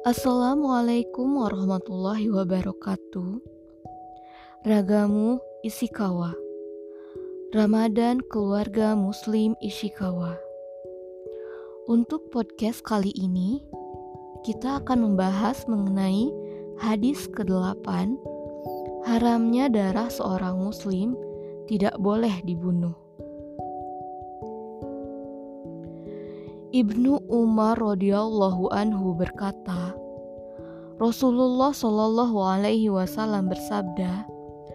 Assalamualaikum warahmatullahi wabarakatuh. Ragamu Ishikawa. Ramadan Keluarga Muslim Ishikawa. Untuk podcast kali ini, kita akan membahas mengenai hadis ke-8, haramnya darah seorang muslim tidak boleh dibunuh. Ibnu Umar radhiyallahu anhu berkata, Rasulullah Shallallahu alaihi wasallam bersabda,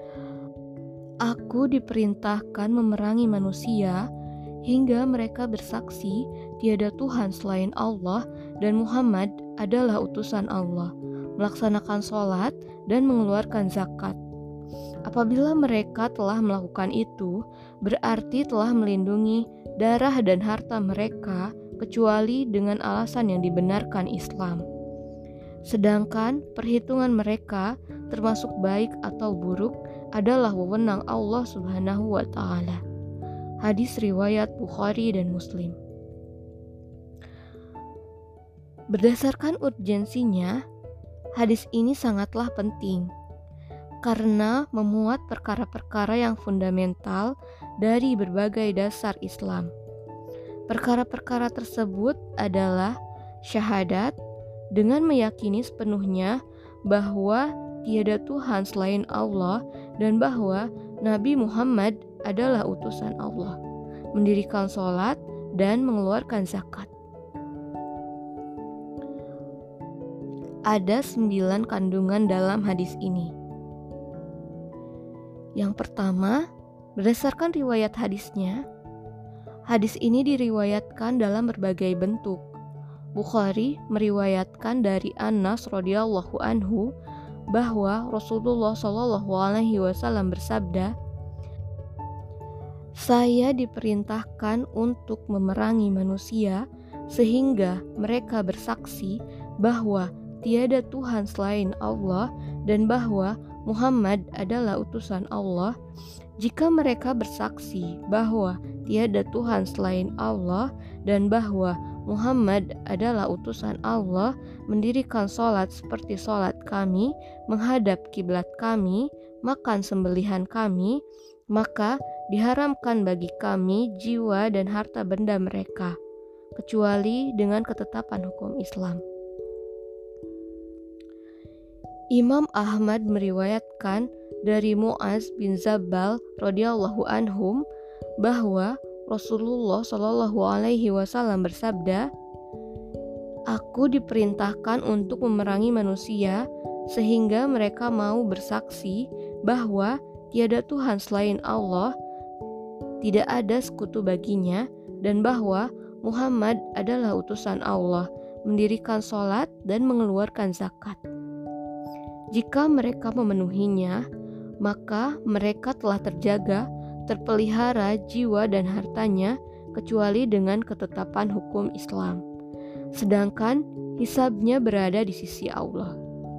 "Aku diperintahkan memerangi manusia hingga mereka bersaksi tiada Tuhan selain Allah dan Muhammad adalah utusan Allah, melaksanakan sholat dan mengeluarkan zakat. Apabila mereka telah melakukan itu, berarti telah melindungi darah dan harta mereka kecuali dengan alasan yang dibenarkan Islam. Sedangkan perhitungan mereka termasuk baik atau buruk adalah wewenang Allah Subhanahu wa Ta'ala." Hadis riwayat Bukhari dan Muslim. Berdasarkan urgensinya, hadis ini sangatlah penting karena memuat perkara-perkara yang fundamental dari berbagai dasar Islam. Perkara-perkara tersebut adalah syahadat, dengan meyakini sepenuhnya bahwa tiada Tuhan selain Allah dan bahwa Nabi Muhammad adalah utusan Allah, mendirikan sholat dan mengeluarkan zakat. Ada 9 kandungan dalam hadis ini. Yang pertama, berdasarkan riwayat hadisnya, hadis ini diriwayatkan dalam berbagai bentuk. Bukhari meriwayatkan dari Anas radhiyallahu anhu bahwa Rasulullah Shallallahu alaihi wasallam bersabda, "Saya diperintahkan untuk memerangi manusia sehingga mereka bersaksi bahwa tiada Tuhan selain Allah dan bahwa Muhammad adalah utusan Allah. Jika mereka bersaksi bahwa tiada Tuhan selain Allah dan bahwa Muhammad adalah utusan Allah, mendirikan sholat seperti sholat kami, menghadap kiblat kami, makan sembelihan kami, maka diharamkan bagi kami jiwa dan harta benda mereka, kecuali dengan ketetapan hukum Islam." Imam Ahmad meriwayatkan dari Mu'az bin Jabal radhiyallahu anhum bahwa Rasulullah Shallallahu alaihi wasallam bersabda, "Aku diperintahkan untuk memerangi manusia sehingga mereka mau bersaksi bahwa tiada Tuhan selain Allah, tidak ada sekutu baginya, dan bahwa Muhammad adalah utusan Allah, mendirikan sholat dan mengeluarkan zakat. Jika mereka memenuhinya, maka mereka telah terjaga, terpelihara jiwa dan hartanya kecuali dengan ketetapan hukum Islam. Sedangkan hisabnya berada di sisi Allah."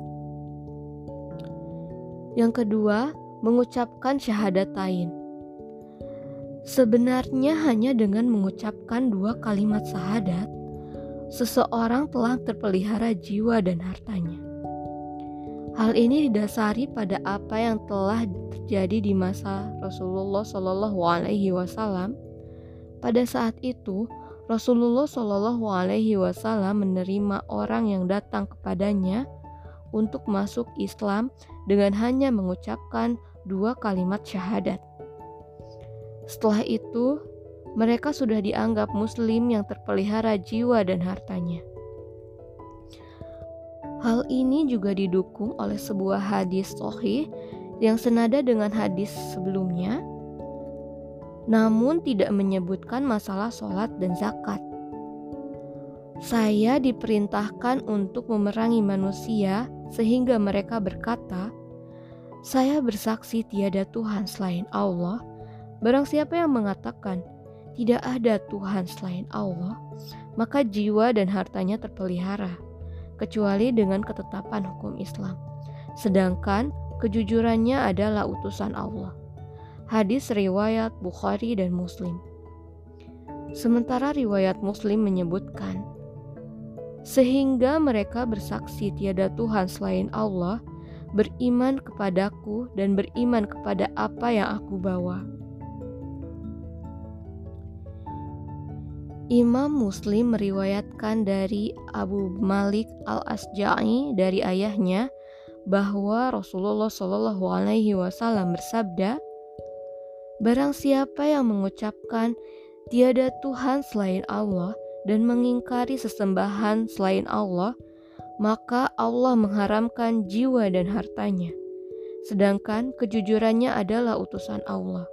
Yang kedua, mengucapkan syahadatain. Sebenarnya hanya dengan mengucapkan 2 kalimat syahadat, seseorang telah terpelihara jiwa dan hartanya. Hal ini didasari pada apa yang telah terjadi di masa Rasulullah Shallallahu alaihi wasallam. Pada saat itu, Rasulullah Shallallahu alaihi wasallam menerima orang yang datang kepadanya untuk masuk Islam dengan hanya mengucapkan 2 kalimat syahadat. Setelah itu, mereka sudah dianggap muslim yang terpelihara jiwa dan hartanya. Hal ini juga didukung oleh sebuah hadis sahih yang senada dengan hadis sebelumnya, namun tidak menyebutkan masalah sholat dan zakat. "Saya diperintahkan untuk memerangi manusia sehingga mereka berkata, 'Saya bersaksi tiada Tuhan selain Allah.' Barang siapa yang mengatakan tidak ada Tuhan selain Allah, maka jiwa dan hartanya terpelihara, kecuali dengan ketetapan hukum Islam. Sedangkan kejujurannya adalah utusan Allah." Hadis riwayat Bukhari dan Muslim. Sementara riwayat Muslim menyebutkan, sehingga mereka bersaksi tiada Tuhan selain Allah, beriman kepadaku dan beriman kepada apa yang aku bawa. Imam Muslim meriwayatkan dari Abu Malik Al-Asja'i dari ayahnya bahwa Rasulullah Shallallahu Alaihi Wasallam bersabda, "Barang siapa yang mengucapkan tiada Tuhan selain Allah dan mengingkari sesembahan selain Allah, maka Allah mengharamkan jiwa dan hartanya, sedangkan kejujurannya adalah utusan Allah."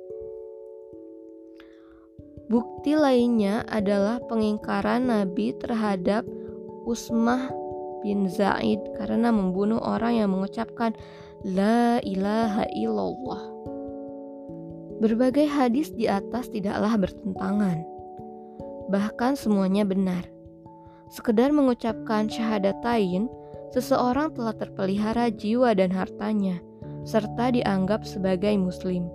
Bukti lainnya adalah pengingkaran Nabi terhadap Usmah bin Zaid karena membunuh orang yang mengucapkan La ilaha illallah. Berbagai hadis di atas tidaklah bertentangan, bahkan semuanya benar. Sekedar mengucapkan syahadatain, seseorang telah terpelihara jiwa dan hartanya, serta dianggap sebagai muslim.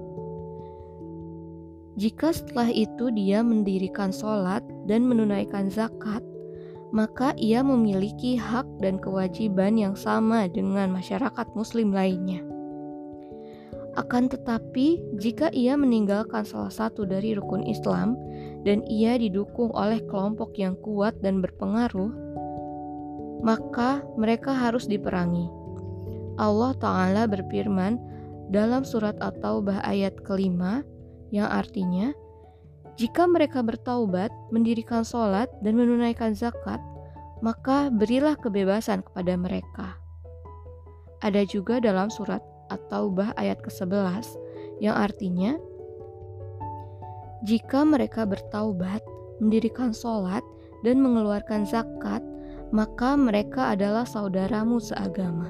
Jika setelah itu dia mendirikan sholat dan menunaikan zakat, maka ia memiliki hak dan kewajiban yang sama dengan masyarakat muslim lainnya. Akan tetapi, jika ia meninggalkan salah satu dari rukun Islam dan ia didukung oleh kelompok yang kuat dan berpengaruh, maka mereka harus diperangi. Allah Ta'ala berfirman dalam surat At-Taubah ayat ke-5, yang artinya, jika mereka bertaubat, mendirikan sholat, dan menunaikan zakat, maka berilah kebebasan kepada mereka. Ada juga dalam surat At-Taubah ayat ke-11, yang artinya, jika mereka bertaubat, mendirikan sholat, dan mengeluarkan zakat, maka mereka adalah saudaramu seagama.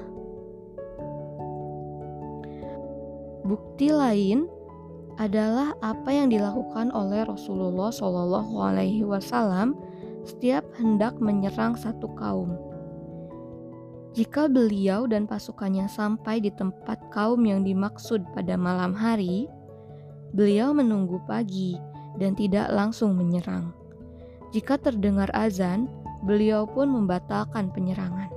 Bukti lain adalah apa yang dilakukan oleh Rasulullah Shallallahu Alaihi Wasallam setiap hendak menyerang satu kaum. Jika beliau dan pasukannya sampai di tempat kaum yang dimaksud pada malam hari, beliau menunggu pagi dan tidak langsung menyerang. Jika terdengar azan, beliau pun membatalkan penyerangan.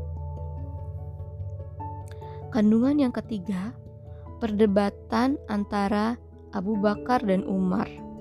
Kandungan yang ketiga, perdebatan antara Abu Bakar dan Umar,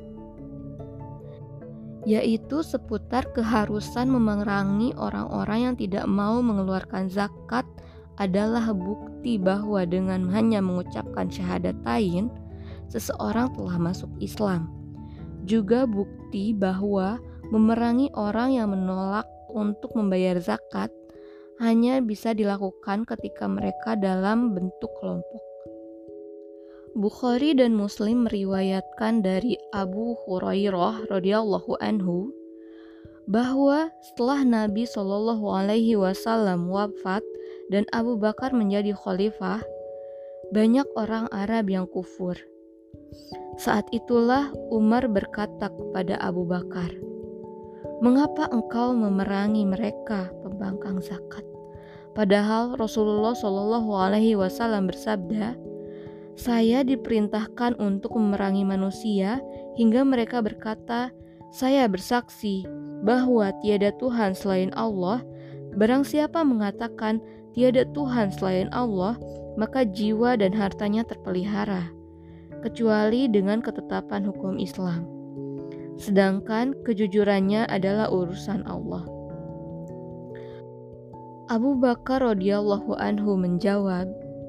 yaitu seputar keharusan memerangi orang-orang yang tidak mau mengeluarkan zakat adalah bukti bahwa dengan hanya mengucapkan syahadatain, seseorang telah masuk Islam. Juga bukti bahwa memerangi orang yang menolak untuk membayar zakat hanya bisa dilakukan ketika mereka dalam bentuk kelompok. Bukhari dan Muslim meriwayatkan dari Abu Hurairah radhiyallahu anhu bahwa setelah Nabi Shallallahu Alaihi Wasallam wafat dan Abu Bakar menjadi khalifah, banyak orang Arab yang kufur. Saat itulah Umar berkata kepada Abu Bakar, "Mengapa engkau memerangi mereka pembangkang zakat? Padahal Rasulullah Shallallahu Alaihi Wasallam bersabda, saya diperintahkan untuk memerangi manusia hingga mereka berkata, saya bersaksi bahwa tiada Tuhan selain Allah. Barang siapa mengatakan tiada Tuhan selain Allah, maka jiwa dan hartanya terpelihara, kecuali dengan ketetapan hukum Islam. Sedangkan kejujurannya adalah urusan Allah." Abu Bakar radhiyallahu anhu menjawab,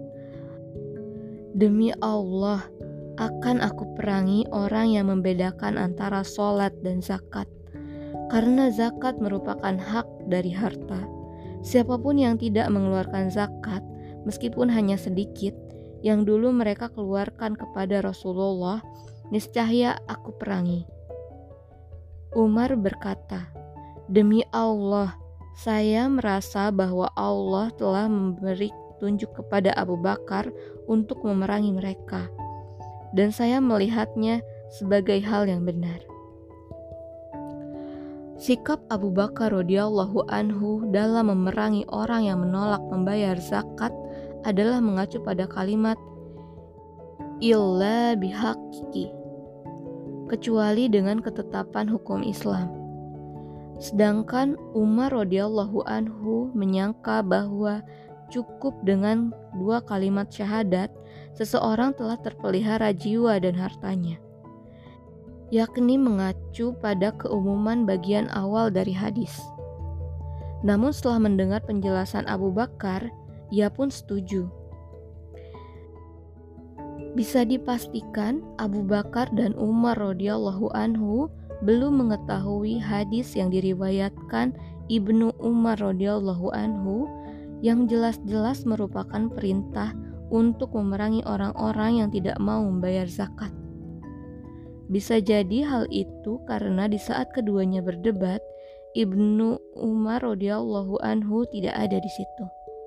"Demi Allah, akan aku perangi orang yang membedakan antara sholat dan zakat, karena zakat merupakan hak dari harta. Siapapun yang tidak mengeluarkan zakat, meskipun hanya sedikit, yang dulu mereka keluarkan kepada Rasulullah, niscaya aku perangi." Umar berkata, "Demi Allah, saya merasa bahwa Allah telah memberi tunjuk kepada Abu Bakar untuk memerangi mereka, dan saya melihatnya sebagai hal yang benar." Sikap Abu Bakar radhiyallahu anhu dalam memerangi orang yang menolak membayar zakat adalah mengacu pada kalimat illa bihaqqi, kecuali dengan ketetapan hukum Islam. Sedangkan Umar radhiyallahu anhu menyangka bahwa cukup dengan 2 kalimat syahadat seseorang telah terpelihara jiwa dan hartanya, yakni mengacu pada keumuman bagian awal dari hadis. Namun setelah mendengar penjelasan Abu Bakar, ia pun setuju. Bisa dipastikan Abu Bakar dan Umar radhiyallahu anhu belum mengetahui hadis yang diriwayatkan Ibnu Umar radhiyallahu anhu yang jelas-jelas merupakan perintah untuk memerangi orang-orang yang tidak mau membayar zakat. Bisa jadi hal itu karena di saat keduanya berdebat, Ibnu Umar radhiyallahu anhu tidak ada di situ.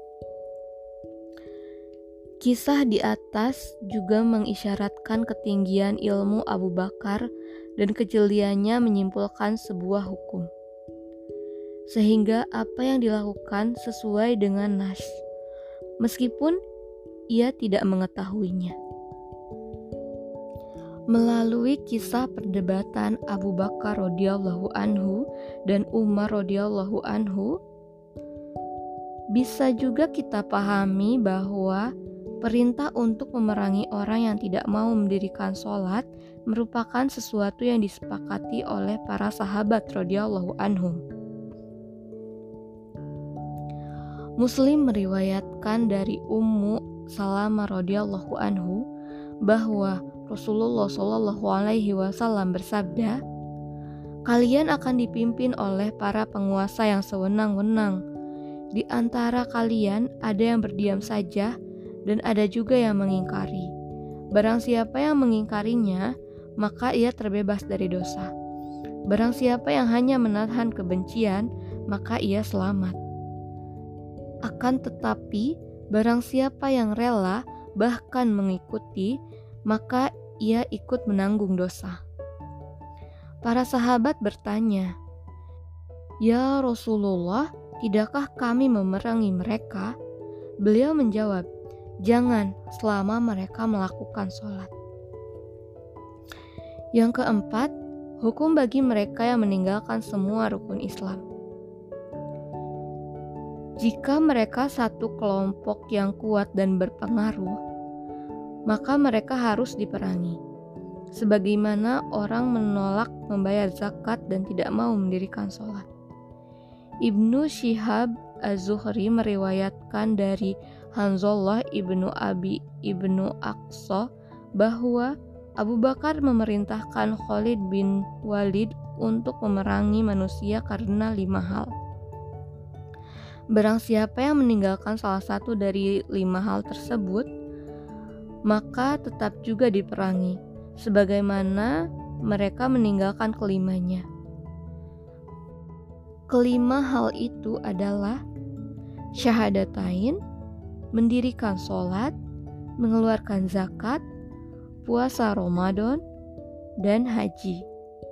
Kisah di atas juga mengisyaratkan ketinggian ilmu Abu Bakar dan kejeliannya menyimpulkan sebuah hukum, sehingga apa yang dilakukan sesuai dengan nas, meskipun ia tidak mengetahuinya. Melalui kisah perdebatan Abu Bakar radhiyallahu anhu dan Umar radhiyallahu anhu, bisa juga kita pahami bahwa perintah untuk memerangi orang yang tidak mau mendirikan sholat merupakan sesuatu yang disepakati oleh para sahabat radhiyallahu anhum. Muslim meriwayatkan dari Ummu Salamah radhiyallahu anhu bahwa Rasulullah Shallallahu alaihi wasallam bersabda, "Kalian akan dipimpin oleh para penguasa yang sewenang-wenang. Di antara kalian ada yang berdiam saja dan ada juga yang mengingkari. Barang siapa yang mengingkarinya, maka ia terbebas dari dosa. Barang siapa yang hanya menahan kebencian, maka ia selamat. Akan tetapi, barang siapa yang rela bahkan mengikuti, maka ia ikut menanggung dosa." Para sahabat bertanya, "Ya Rasulullah, tidakkah kami memerangi mereka?" Beliau menjawab, "Jangan selama mereka melakukan sholat." Yang keempat, hukum bagi mereka yang meninggalkan semua rukun Islam. Jika mereka satu kelompok yang kuat dan berpengaruh, maka mereka harus diperangi. Sebagaimana orang menolak membayar zakat dan tidak mau mendirikan sholat. Ibnu Syihab Az-Zuhri meriwayatkan dari Hanzalah ibnu Abi ibnu Aqsa bahwa Abu Bakar memerintahkan Khalid bin Walid untuk memerangi manusia karena 5 hal. Barang siapa yang meninggalkan salah satu dari 5 hal tersebut, maka tetap juga diperangi, sebagaimana mereka meninggalkan kelimanya. Kelima hal itu adalah syahadatain, mendirikan sholat, mengeluarkan zakat, puasa Ramadan, dan haji.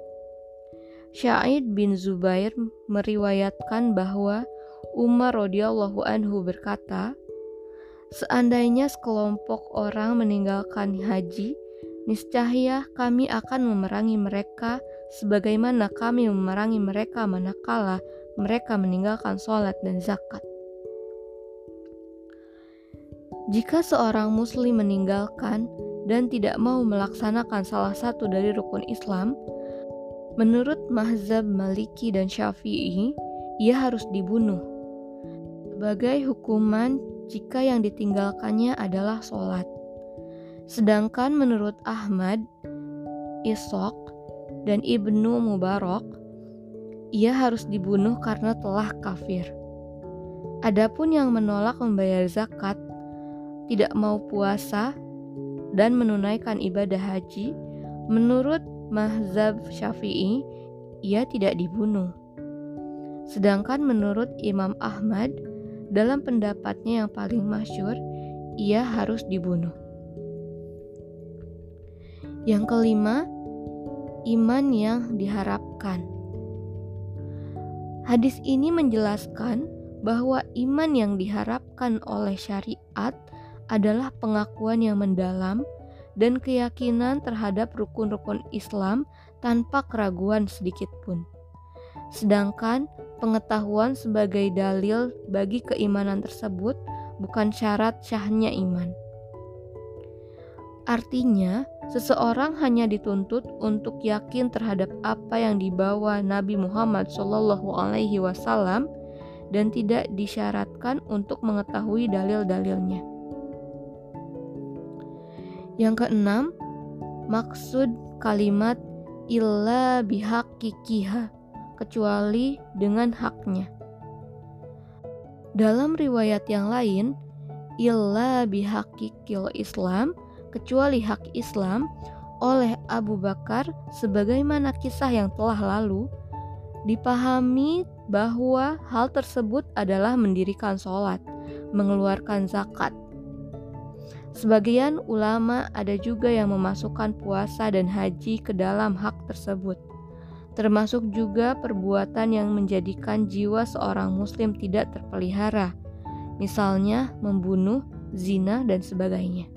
Sa'id bin Zubair meriwayatkan bahwa Umar radhiyallahu anhu berkata, "Seandainya sekelompok orang meninggalkan haji, niscaya kami akan memerangi mereka sebagaimana kami memerangi mereka manakala mereka meninggalkan sholat dan zakat." Jika seorang muslim meninggalkan dan tidak mau melaksanakan salah satu dari rukun Islam, menurut mazhab Maliki dan Syafi'i, ia harus dibunuh sebagai hukuman jika yang ditinggalkannya adalah sholat. Sedangkan menurut Ahmad, Ishaq, dan Ibnu Mubarak, ia harus dibunuh karena telah kafir. Adapun yang menolak membayar zakat, tidak mau puasa, dan menunaikan ibadah haji, menurut mazhab Syafi'i, ia tidak dibunuh. Sedangkan menurut Imam Ahmad, dalam pendapatnya yang paling masyhur, ia harus dibunuh. Yang kelima, iman yang diharapkan. Hadis ini menjelaskan bahwa iman yang diharapkan oleh syariat adalah pengakuan yang mendalam dan keyakinan terhadap rukun-rukun Islam tanpa keraguan sedikit pun. Sedangkan pengetahuan sebagai dalil bagi keimanan tersebut bukan syarat syahnya iman. Artinya, seseorang hanya dituntut untuk yakin terhadap apa yang dibawa Nabi Muhammad SAW dan tidak disyaratkan untuk mengetahui dalil-dalilnya. Yang keenam, maksud kalimat illa bihaqqiqiha, kecuali dengan haknya. Dalam riwayat yang lain, illa bihaqqiqil Islam, kecuali hak Islam, oleh Abu Bakar sebagaimana kisah yang telah lalu, dipahami bahwa hal tersebut adalah mendirikan sholat, mengeluarkan zakat. Sebagian ulama ada juga yang memasukkan puasa dan haji ke dalam hak tersebut, termasuk juga perbuatan yang menjadikan jiwa seorang muslim tidak terpelihara, misalnya membunuh, zina, dan sebagainya.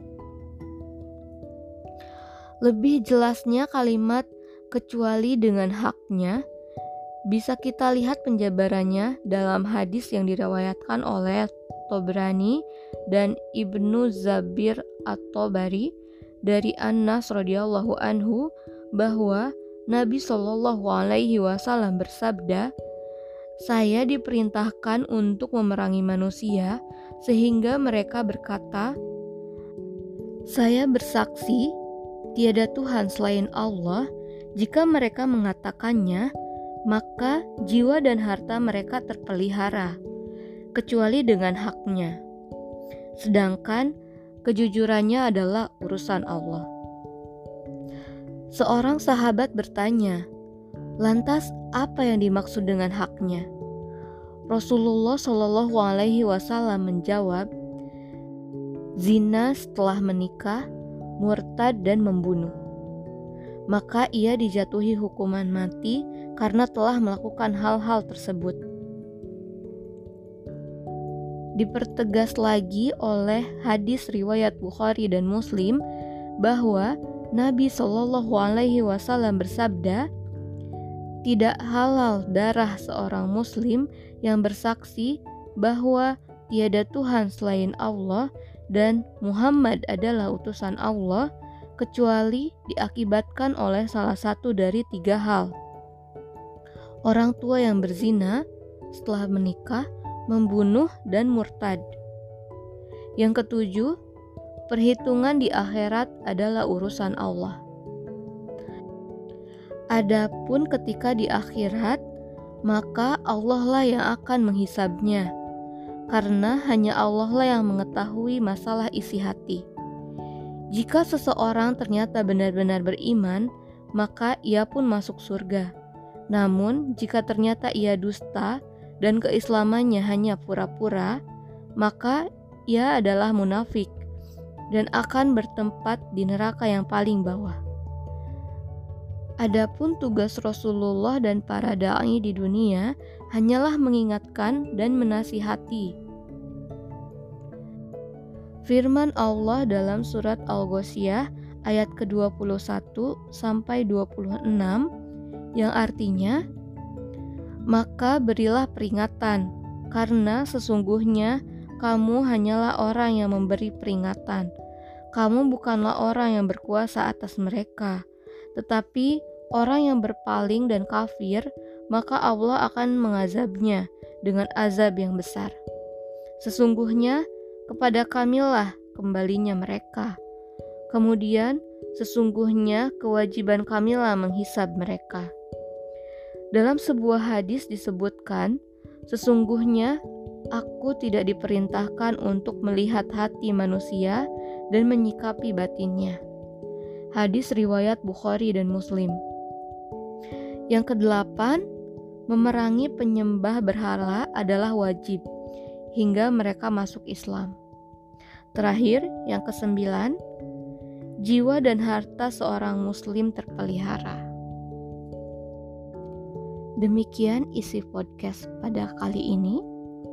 Lebih jelasnya kalimat kecuali dengan haknya bisa kita lihat penjabarannya dalam hadis yang diriwayatkan oleh Tabrani dan Ibnu Zabir At-Tabari dari Anas radhiyallahu anhu bahwa Nabi SAW bersabda, "Saya diperintahkan untuk memerangi manusia sehingga mereka berkata, 'Saya bersaksi tiada Tuhan selain Allah.' Jika mereka mengatakannya, maka jiwa dan harta mereka terpelihara, kecuali dengan haknya. Sedangkan kejujurannya adalah urusan Allah." Seorang sahabat bertanya, "Lantas apa yang dimaksud dengan haknya?" Rasulullah SAW menjawab, "Zina setelah menikah, murtad dan membunuh. Maka ia dijatuhi hukuman mati karena telah melakukan hal-hal tersebut." Dipertegas lagi oleh hadis riwayat Bukhari dan Muslim bahwa Nabi SAW bersabda, "Tidak halal darah seorang muslim yang bersaksi bahwa tiada Tuhan selain Allah dan Muhammad adalah utusan Allah, kecuali diakibatkan oleh salah satu dari 3 hal. Orang tua yang berzina setelah menikah, membunuh, dan murtad. Yang ketujuh, perhitungan di akhirat adalah urusan Allah. Adapun ketika di akhirat, maka Allah lah yang akan menghisabnya, karena hanya Allah lah yang mengetahui masalah isi hati. Jika seseorang ternyata benar-benar beriman, maka ia pun masuk surga. Namun, jika ternyata ia dusta dan keislamannya hanya pura-pura, maka ia adalah munafik dan akan bertempat di neraka yang paling bawah. Adapun tugas Rasulullah dan para da'i di dunia hanyalah mengingatkan dan menasihati. Firman Allah dalam surat Al-Ghasyiyah ayat ke-21 sampai 26 yang artinya, "Maka berilah peringatan, karena sesungguhnya kamu hanyalah orang yang memberi peringatan. Kamu bukanlah orang yang berkuasa atas mereka, tetapi orang yang berpaling dan kafir, maka Allah akan mengazabnya dengan azab yang besar. Sesungguhnya kepada Kamilah kembalinya mereka. Kemudian sesungguhnya kewajiban Kamilah menghisab mereka." Dalam sebuah hadis disebutkan, "Sesungguhnya aku tidak diperintahkan untuk melihat hati manusia dan menyikapi batinnya." Hadis riwayat Bukhari dan Muslim. Yang kedelapan, memerangi penyembah berhala adalah wajib hingga mereka masuk Islam. Terakhir, yang kesembilan, jiwa dan harta seorang muslim terpelihara. Demikian isi podcast pada kali ini.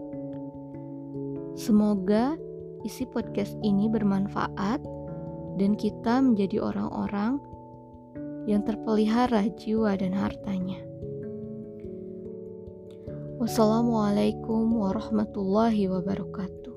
Semoga isi podcast ini bermanfaat dan kita menjadi orang-orang yang terpelihara jiwa dan hartanya. Wassalamualaikum warahmatullahi wabarakatuh.